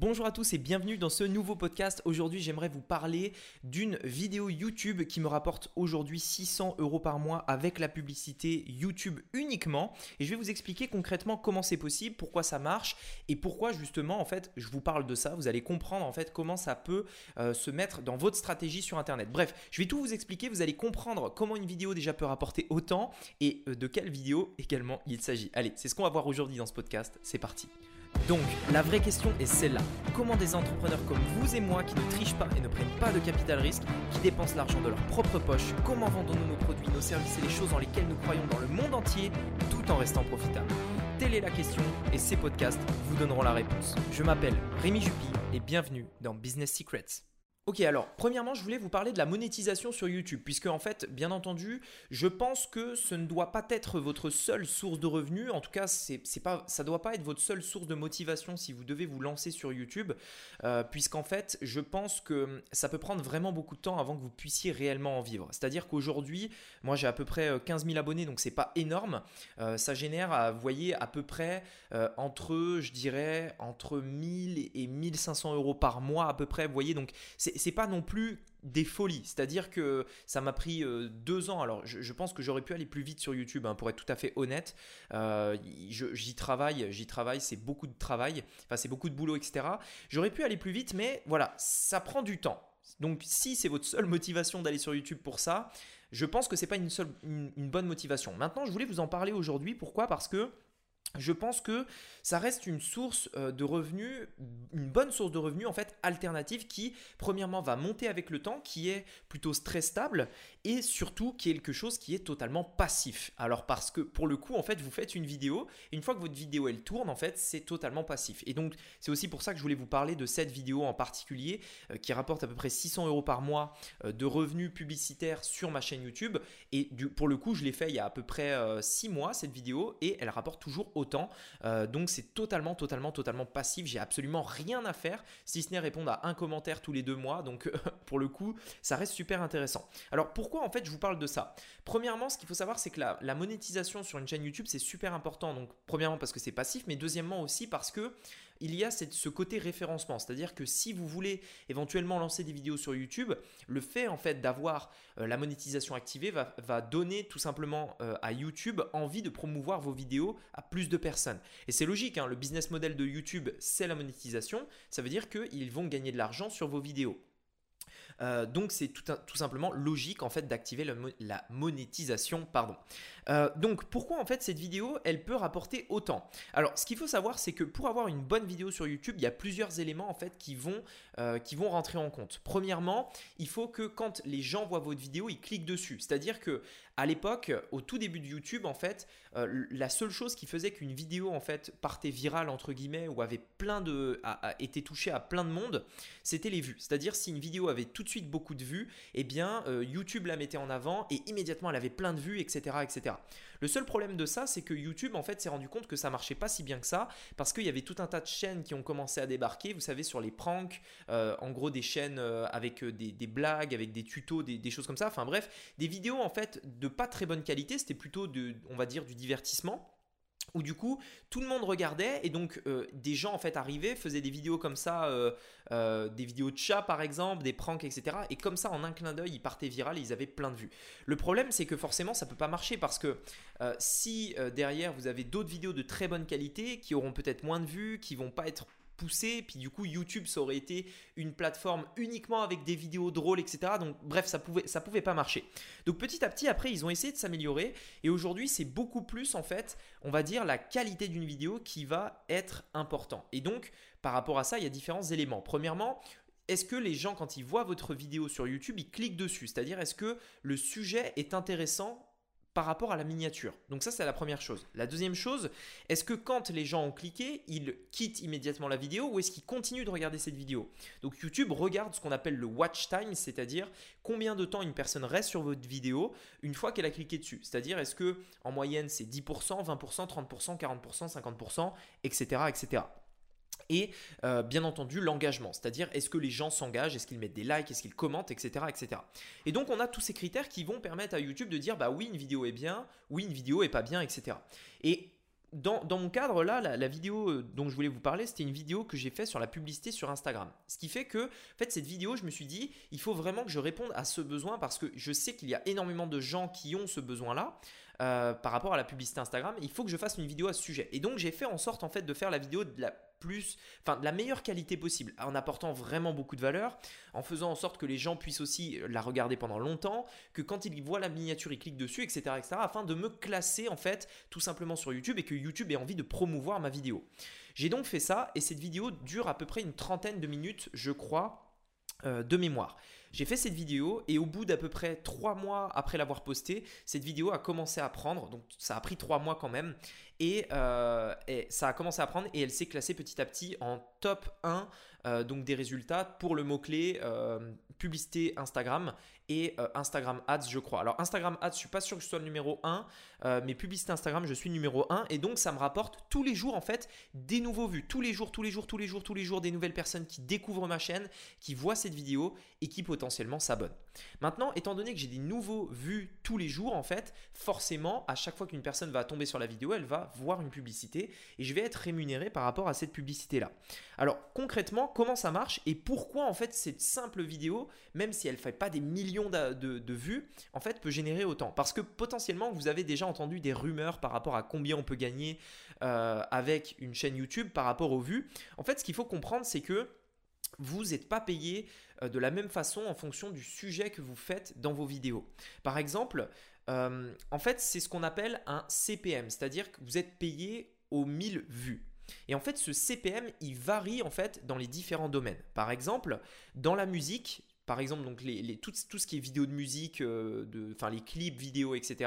Bonjour à tous et bienvenue dans ce nouveau podcast. Aujourd'hui, j'aimerais vous parler d'une vidéo YouTube qui me rapporte aujourd'hui 600 € par mois avec la publicité YouTube uniquement. Et je vais vous expliquer concrètement comment c'est possible, pourquoi ça marche et pourquoi justement en fait je vous parle de ça. Vous allez comprendre en fait comment ça peut se mettre dans votre stratégie sur Internet. Bref, je vais tout vous expliquer. Vous allez comprendre comment une vidéo déjà peut rapporter autant et de quelle vidéo également il s'agit. Allez, c'est ce qu'on va voir aujourd'hui dans ce podcast. C'est parti. Donc, la vraie question est celle-là. Comment des entrepreneurs comme vous et moi qui ne trichent pas et ne prennent pas de capital risque, qui dépensent l'argent de leur propre poche, comment vendons-nous nos produits, nos services et les choses dans lesquelles nous croyons dans le monde entier, tout en restant profitables? Telle est la question et ces podcasts vous donneront la réponse. Je m'appelle Rémi Jupy et bienvenue dans Business Secrets. Ok, alors premièrement, je voulais vous parler de la monétisation sur YouTube puisque en fait, bien entendu, je pense que ce ne doit pas être votre seule source de revenus. En tout cas, ça ne doit pas être votre seule source de motivation si vous devez vous lancer sur YouTube puisqu'en fait, je pense que ça peut prendre vraiment beaucoup de temps avant que vous puissiez réellement en vivre. C'est-à-dire qu'aujourd'hui, moi j'ai à peu près 15 000 abonnés, donc c'est pas énorme. Ça génère, vous voyez, à peu près entre 1000 et 1500 € par mois à peu près. Vous voyez, donc c'est pas non plus des folies, c'est-à-dire que ça m'a pris 2 ans. Alors je pense que j'aurais pu aller plus vite sur YouTube pour être tout à fait honnête. J'y travaille, c'est beaucoup de travail, enfin c'est beaucoup de boulot, etc. J'aurais pu aller plus vite, mais voilà, ça prend du temps. Donc si c'est votre seule motivation d'aller sur YouTube pour ça, je pense que c'est pas une bonne motivation. Maintenant, je voulais vous en parler aujourd'hui. Pourquoi ? Parce que je pense que ça reste une source de revenus, une bonne source de revenus en fait alternative qui premièrement va monter avec le temps, qui est plutôt stress stable et surtout quelque chose qui est totalement passif. Alors parce que pour le coup en fait vous faites une vidéo et une fois que votre vidéo elle tourne en fait c'est totalement passif. Et donc c'est aussi pour ça que je voulais vous parler de cette vidéo en particulier qui rapporte à peu près 600 € par mois de revenus publicitaires sur ma chaîne YouTube. Et pour le coup je l'ai fait il y a à peu près 6 mois cette vidéo et elle rapporte toujours autant. Donc c'est totalement passif, j'ai absolument rien à faire si ce n'est répondre à un commentaire tous les 2 mois, donc pour le coup ça reste super intéressant. Alors pourquoi en fait je vous parle de ça? Premièrement, ce qu'il faut savoir c'est que la monétisation sur une chaîne YouTube c'est super important, donc premièrement parce que c'est passif, mais deuxièmement aussi parce que il y a ce côté référencement, c'est-à-dire que si vous voulez éventuellement lancer des vidéos sur YouTube, le fait en fait d'avoir la monétisation activée va donner tout simplement à YouTube envie de promouvoir vos vidéos à plus de personnes. Et c'est logique, le business model de YouTube c'est la monétisation, ça veut dire qu'ils vont gagner de l'argent sur vos vidéos. Donc c'est tout simplement logique en fait d'activer la monétisation. Donc pourquoi en fait cette vidéo elle peut rapporter autant? Alors ce qu'il faut savoir c'est que pour avoir une bonne vidéo sur YouTube il y a plusieurs éléments en fait qui vont rentrer en compte. Premièrement, il faut que quand les gens voient votre vidéo ils cliquent dessus. C'est-à-dire que à l'époque, au tout début de YouTube en fait, la seule chose qui faisait qu'une vidéo en fait partait virale entre guillemets ou avait été touchée à plein de monde, c'était les vues. C'est-à-dire si une vidéo avait tout de suite beaucoup de vues, eh bien YouTube la mettait en avant et immédiatement elle avait plein de vues, etc., etc. Le seul problème de ça, c'est que YouTube en fait s'est rendu compte que ça marchait pas si bien que ça parce qu'il y avait tout un tas de chaînes qui ont commencé à débarquer, vous savez, sur les pranks, en gros des chaînes avec des blagues, avec des tutos, des choses comme ça. Enfin bref, des vidéos en fait de pas très bonne qualité, c'était plutôt on va dire du divertissement. Où du coup tout le monde regardait et donc des gens en fait arrivaient, faisaient des vidéos comme ça, des vidéos de chats par exemple, des pranks, etc. Et comme ça en un clin d'œil ils partaient viral et ils avaient plein de vues. Le problème c'est que forcément ça peut pas marcher parce que si derrière vous avez d'autres vidéos de très bonne qualité qui auront peut-être moins de vues, qui vont pas être poussé, puis du coup YouTube ça aurait été une plateforme uniquement avec des vidéos drôles, etc. Donc bref, ça pouvait pas marcher. Donc petit à petit après ils ont essayé de s'améliorer et aujourd'hui c'est beaucoup plus en fait on va dire la qualité d'une vidéo qui va être important. Et donc par rapport à ça il y a différents éléments. Premièrement, est-ce que les gens quand ils voient votre vidéo sur YouTube ils cliquent dessus? C'est-à-dire est-ce que le sujet est intéressant par rapport à la miniature? Donc ça c'est la première chose. La deuxième chose, est-ce que quand les gens ont cliqué, ils quittent immédiatement la vidéo ou est-ce qu'ils continuent de regarder cette vidéo? Donc YouTube regarde ce qu'on appelle le watch time, c'est-à-dire combien de temps une personne reste sur votre vidéo une fois qu'elle a cliqué dessus. C'est-à-dire est-ce que en moyenne c'est 10%, 20%, 30%, 40%, 50%, etc., etc. Et bien entendu l'engagement, c'est-à-dire est-ce que les gens s'engagent, est-ce qu'ils mettent des likes, est-ce qu'ils commentent, etc., etc. Et donc on a tous ces critères qui vont permettre à YouTube de dire bah oui une vidéo est bien, oui une vidéo est pas bien, etc. Et dans mon cadre, là, la vidéo dont je voulais vous parler, c'était une vidéo que j'ai faite sur la publicité sur Instagram. Ce qui fait que, en fait, cette vidéo, je me suis dit, il faut vraiment que je réponde à ce besoin parce que je sais qu'il y a énormément de gens qui ont ce besoin-là par rapport à la publicité Instagram. Il faut que je fasse une vidéo à ce sujet. Et donc, j'ai fait en sorte, en fait, de faire la vidéo de la meilleure qualité possible, en apportant vraiment beaucoup de valeur, en faisant en sorte que les gens puissent aussi la regarder pendant longtemps, que quand ils voient la miniature, ils cliquent dessus, etc., etc., afin de me classer en fait tout simplement sur YouTube et que YouTube ait envie de promouvoir ma vidéo. J'ai donc fait ça et cette vidéo dure à peu près une trentaine de minutes, je crois, de mémoire. J'ai fait cette vidéo et au bout d'à peu près 3 mois après l'avoir postée, cette vidéo a commencé à prendre, donc ça a pris 3 mois quand même, et ça a commencé à prendre et elle s'est classée petit à petit en top 1 donc des résultats pour le mot-clé publicité Instagram et Instagram Ads, je crois. Alors Instagram Ads, je ne suis pas sûr que je sois le numéro 1, mais publicité Instagram, je suis numéro 1 et donc ça me rapporte tous les jours en fait des nouveaux vues, tous les jours, des nouvelles personnes qui découvrent ma chaîne, qui voient cette vidéo et qui potentiellement s'abonnent. Maintenant, étant donné que j'ai des nouveaux vues tous les jours en fait, forcément à chaque fois qu'une personne va tomber sur la vidéo, elle va voir une publicité et je vais être rémunéré par rapport à cette publicité là. Alors concrètement, comment ça marche et pourquoi en fait cette simple vidéo, même si elle ne fait pas des millions de vues, en fait peut générer autant? Parce que potentiellement vous avez déjà entendu des rumeurs par rapport à combien on peut gagner avec une chaîne YouTube par rapport aux vues. En fait, ce qu'il faut comprendre, c'est que vous n'êtes pas payé de la même façon en fonction du sujet que vous faites dans vos vidéos. Par exemple, en fait, c'est ce qu'on appelle un CPM, c'est-à-dire que vous êtes payé aux 1000 vues. Et en fait, ce CPM, il varie en fait dans les différents domaines. Par exemple, dans la musique, par exemple, donc tout ce qui est vidéo de musique, les clips vidéo, etc.,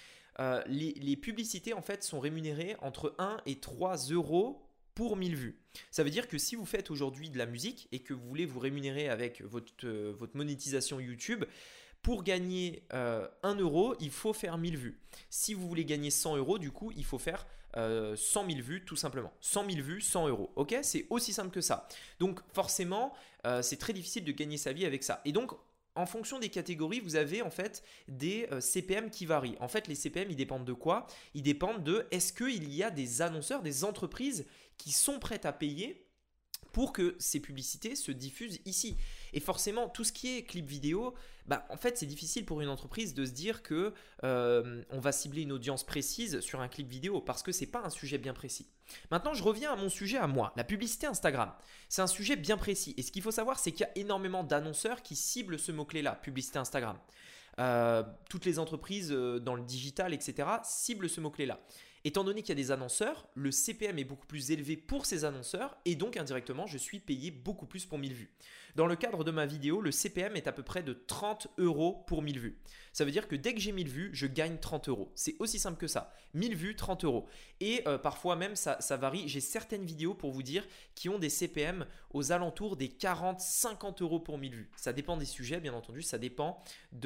les publicités en fait sont rémunérées entre 1 et 3 euros pour 1000 vues. Ça veut dire que si vous faites aujourd'hui de la musique et que vous voulez vous rémunérer avec votre monétisation YouTube, pour gagner 1 euro, il faut faire 1000 vues. Si vous voulez gagner 100 euros, du coup, il faut faire 100 000 vues tout simplement. 100 000 vues, 100 euros. Ok, c'est aussi simple que ça. Donc forcément, c'est très difficile de gagner sa vie avec ça. Et donc, en fonction des catégories, vous avez en fait des CPM qui varient. En fait, les CPM, ils dépendent de quoi? Ils dépendent de est-ce qu'il y a des annonceurs, des entreprises qui sont prêtes à payer pour que ces publicités se diffusent ici. Et forcément, tout ce qui est clip vidéo, en fait, c'est difficile pour une entreprise de se dire que on va cibler une audience précise sur un clip vidéo parce que ce n'est pas un sujet bien précis. Maintenant, je reviens à mon sujet à moi, la publicité Instagram. C'est un sujet bien précis. Et ce qu'il faut savoir, c'est qu'il y a énormément d'annonceurs qui ciblent ce mot-clé-là, publicité Instagram. Toutes les entreprises dans le digital, etc., ciblent ce mot-clé-là. Étant donné qu'il y a des annonceurs, le CPM est beaucoup plus élevé pour ces annonceurs et donc indirectement, je suis payé beaucoup plus pour 1000 vues. Dans le cadre de ma vidéo, le CPM est à peu près de 30 euros pour 1000 vues. Ça veut dire que dès que j'ai 1000 vues, je gagne 30 euros. C'est aussi simple que ça. 1000 vues, 30 euros. Et parfois même, ça varie. J'ai certaines vidéos pour vous dire qui ont des CPM aux alentours des 40-50 euros pour 1000 vues. Ça dépend des sujets, bien entendu. Ça dépend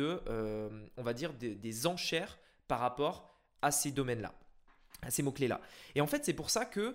on va dire, des enchères par rapport à ces domaines-là, à ces mots-clés-là. Et en fait, c'est pour ça que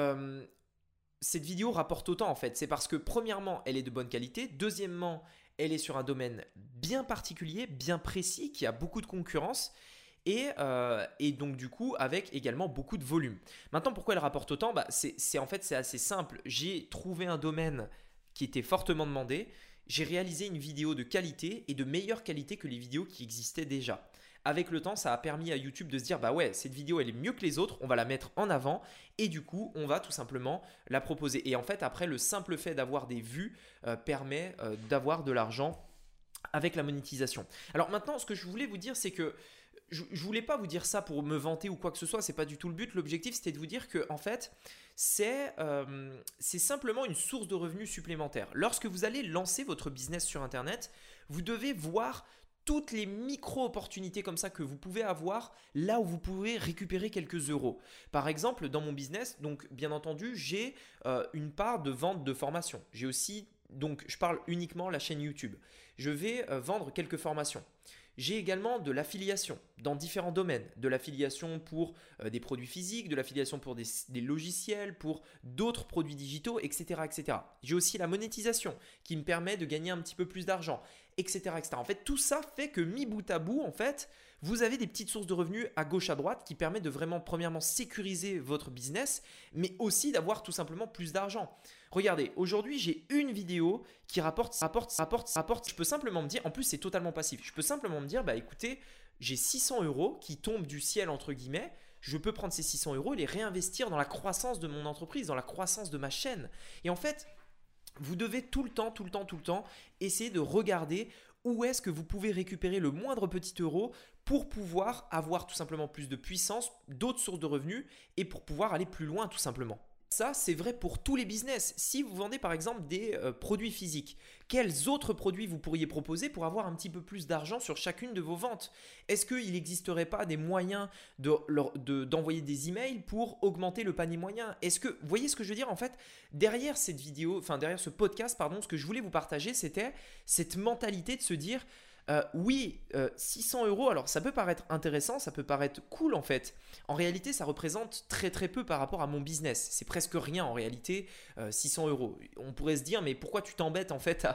cette vidéo rapporte autant en fait. C'est parce que premièrement, elle est de bonne qualité. Deuxièmement, elle est sur un domaine bien particulier, bien précis, qui a beaucoup de concurrence. Et donc du coup avec également beaucoup de volume. Maintenant, pourquoi elle rapporte autant? C'est assez simple. J'ai trouvé un domaine qui était fortement demandé. J'ai réalisé une vidéo de qualité et de meilleure qualité que les vidéos qui existaient déjà. Avec le temps, ça a permis à YouTube de se dire cette vidéo elle est mieux que les autres, on va la mettre en avant et du coup on va tout simplement la proposer. Et en fait après, le simple fait d'avoir des vues permet d'avoir de l'argent avec la monétisation. Alors maintenant, ce que je voulais vous dire, c'est que je ne voulais pas vous dire ça pour me vanter ou quoi que ce soit, c'est pas du tout le but. L'objectif, c'était de vous dire que en fait, c'est simplement une source de revenus supplémentaire. Lorsque vous allez lancer votre business sur Internet, vous devez voir toutes les micro-opportunités comme ça que vous pouvez avoir là où vous pouvez récupérer quelques euros. Par exemple, dans mon business, donc bien entendu, j'ai une part de vente de formation. J'ai aussi, donc je parle uniquement la chaîne YouTube. Je vais vendre quelques formations. J'ai également de l'affiliation dans différents domaines, de l'affiliation pour des produits physiques, de l'affiliation pour des logiciels, pour d'autres produits digitaux, etc., etc. J'ai aussi la monétisation qui me permet de gagner un petit peu plus d'argent, etc., etc. En fait, tout ça fait que mis bout à bout, en fait, vous avez des petites sources de revenus à gauche à droite qui permettent de vraiment premièrement sécuriser votre business, mais aussi d'avoir tout simplement plus d'argent. Regardez, aujourd'hui j'ai une vidéo qui rapporte. Je peux simplement me dire, en plus c'est totalement passif, je peux simplement me dire, bah écoutez, j'ai 600 € qui tombent du ciel entre guillemets. Je peux prendre ces 600 € et les réinvestir dans la croissance de mon entreprise, dans la croissance de ma chaîne. Et en fait, vous devez tout le temps essayer de regarder où est-ce que vous pouvez récupérer le moindre petit euro pour pouvoir avoir tout simplement plus de puissance, d'autres sources de revenus et pour pouvoir aller plus loin tout simplement. Ça, c'est vrai pour tous les business. Si vous vendez par exemple des produits physiques, quels autres produits vous pourriez proposer pour avoir un petit peu plus d'argent sur chacune de vos ventes? Est-ce qu'il n'existerait pas des moyens d'envoyer des emails pour augmenter le panier moyen? Est-ce que, vous voyez ce que je veux dire en fait? Derrière cette vidéo, derrière ce podcast, ce que je voulais vous partager, c'était cette mentalité de se dire… oui, 600 €, alors ça peut paraître intéressant, ça peut paraître cool en fait. En réalité, ça représente très très peu par rapport à mon business. C'est presque rien en réalité, 600 €. On pourrait se dire, mais pourquoi tu t'embêtes en fait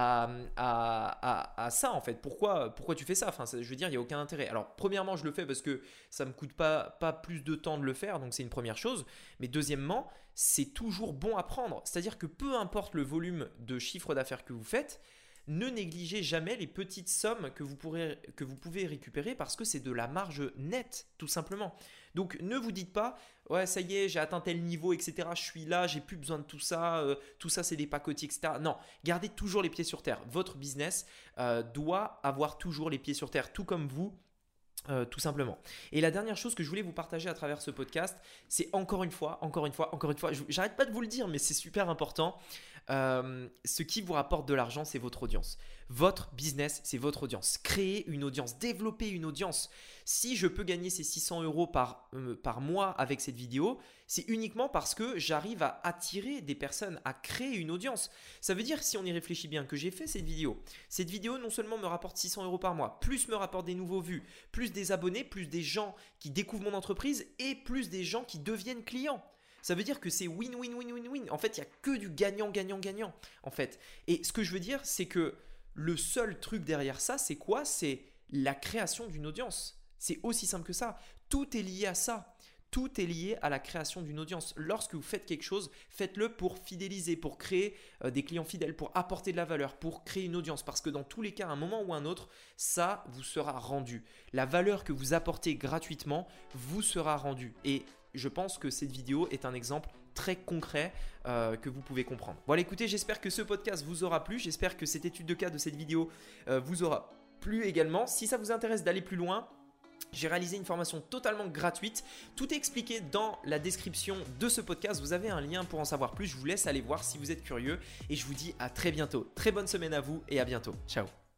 à ça en fait? Pourquoi tu fais ça? Je veux dire, il n'y a aucun intérêt. Alors, premièrement, je le fais parce que ça ne me coûte pas plus de temps de le faire, donc c'est une première chose. Mais deuxièmement, c'est toujours bon à prendre. C'est-à-dire que peu importe le volume de chiffre d'affaires que vous faites, ne négligez jamais les petites sommes que vous pouvez récupérer parce que c'est de la marge nette, tout simplement. Donc, ne vous dites pas « ouais, ça y est, j'ai atteint tel niveau, etc. Je suis là, j'ai plus besoin de tout ça c'est des pacotiers, etc. » Non, gardez toujours les pieds sur terre. Votre business doit avoir toujours les pieds sur terre, tout comme vous. Tout simplement. Et la dernière chose que je voulais vous partager à travers ce podcast, c'est encore une fois, j'arrête pas de vous le dire, mais c'est super important. Ce qui vous rapporte de l'argent, c'est votre audience. Votre business, c'est votre audience. Créez une audience, développez une audience. Si je peux gagner ces 600 € par mois avec cette vidéo, c'est uniquement parce que j'arrive à attirer des personnes, à créer une audience. Ça veut dire, si on y réfléchit bien, que j'ai fait cette vidéo. Cette vidéo non seulement me rapporte 600 € par mois, plus me rapporte des nouveaux vues, plus des abonnés, plus des gens qui découvrent mon entreprise et plus des gens qui deviennent clients. Ça veut dire que c'est win-win-win-win-win. En fait, il n'y a que du gagnant-gagnant-gagnant. En fait. Et ce que je veux dire, c'est que le seul truc derrière ça, c'est quoi? C'est la création d'une audience. C'est aussi simple que ça. Tout est lié à ça. Tout est lié à la création d'une audience. Lorsque vous faites quelque chose, faites-le pour fidéliser, pour créer des clients fidèles, pour apporter de la valeur, pour créer une audience. Parce que dans tous les cas, à un moment ou un autre, ça vous sera rendu. La valeur que vous apportez gratuitement vous sera rendue. Et je pense que cette vidéo est un exemple très concret que vous pouvez comprendre. Voilà, écoutez, j'espère que ce podcast vous aura plu. J'espère que cette étude de cas de cette vidéo vous aura plu également. Si ça vous intéresse d'aller plus loin, j'ai réalisé une formation totalement gratuite. Tout est expliqué dans la description de ce podcast. Vous avez un lien pour en savoir plus. Je vous laisse aller voir si vous êtes curieux. Et je vous dis à très bientôt. Très bonne semaine à vous et à bientôt. Ciao.